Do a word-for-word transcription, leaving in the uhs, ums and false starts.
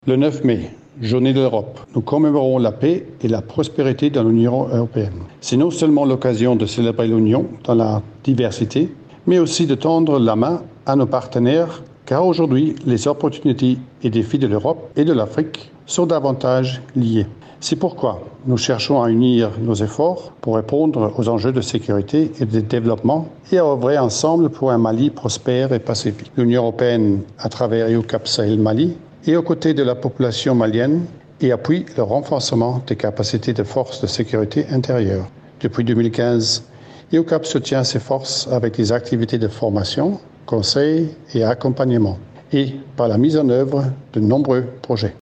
Le neuf mai, Journée de l'Europe. Nous commémorons la paix et la prospérité dans l'Union européenne. C'est non seulement l'occasion de célébrer l'Union dans la diversité, mais aussi de tendre la main à nos partenaires, car aujourd'hui, les opportunités et défis de l'Europe et de l'Afrique sont davantage liés. C'est pourquoi nous cherchons à unir nos efforts pour répondre aux enjeux de sécurité et de développement et à œuvrer ensemble pour un Mali prospère et pacifique. L'Union européenne, à travers EUCAP Sahel Mali, est aux côtés de la population malienne et appuie le renforcement des capacités de forces de sécurité intérieure. Depuis deux mille quinze, EUCAP soutient ces forces avec des activités de formation, conseil et accompagnement, et par la mise en œuvre de nombreux projets.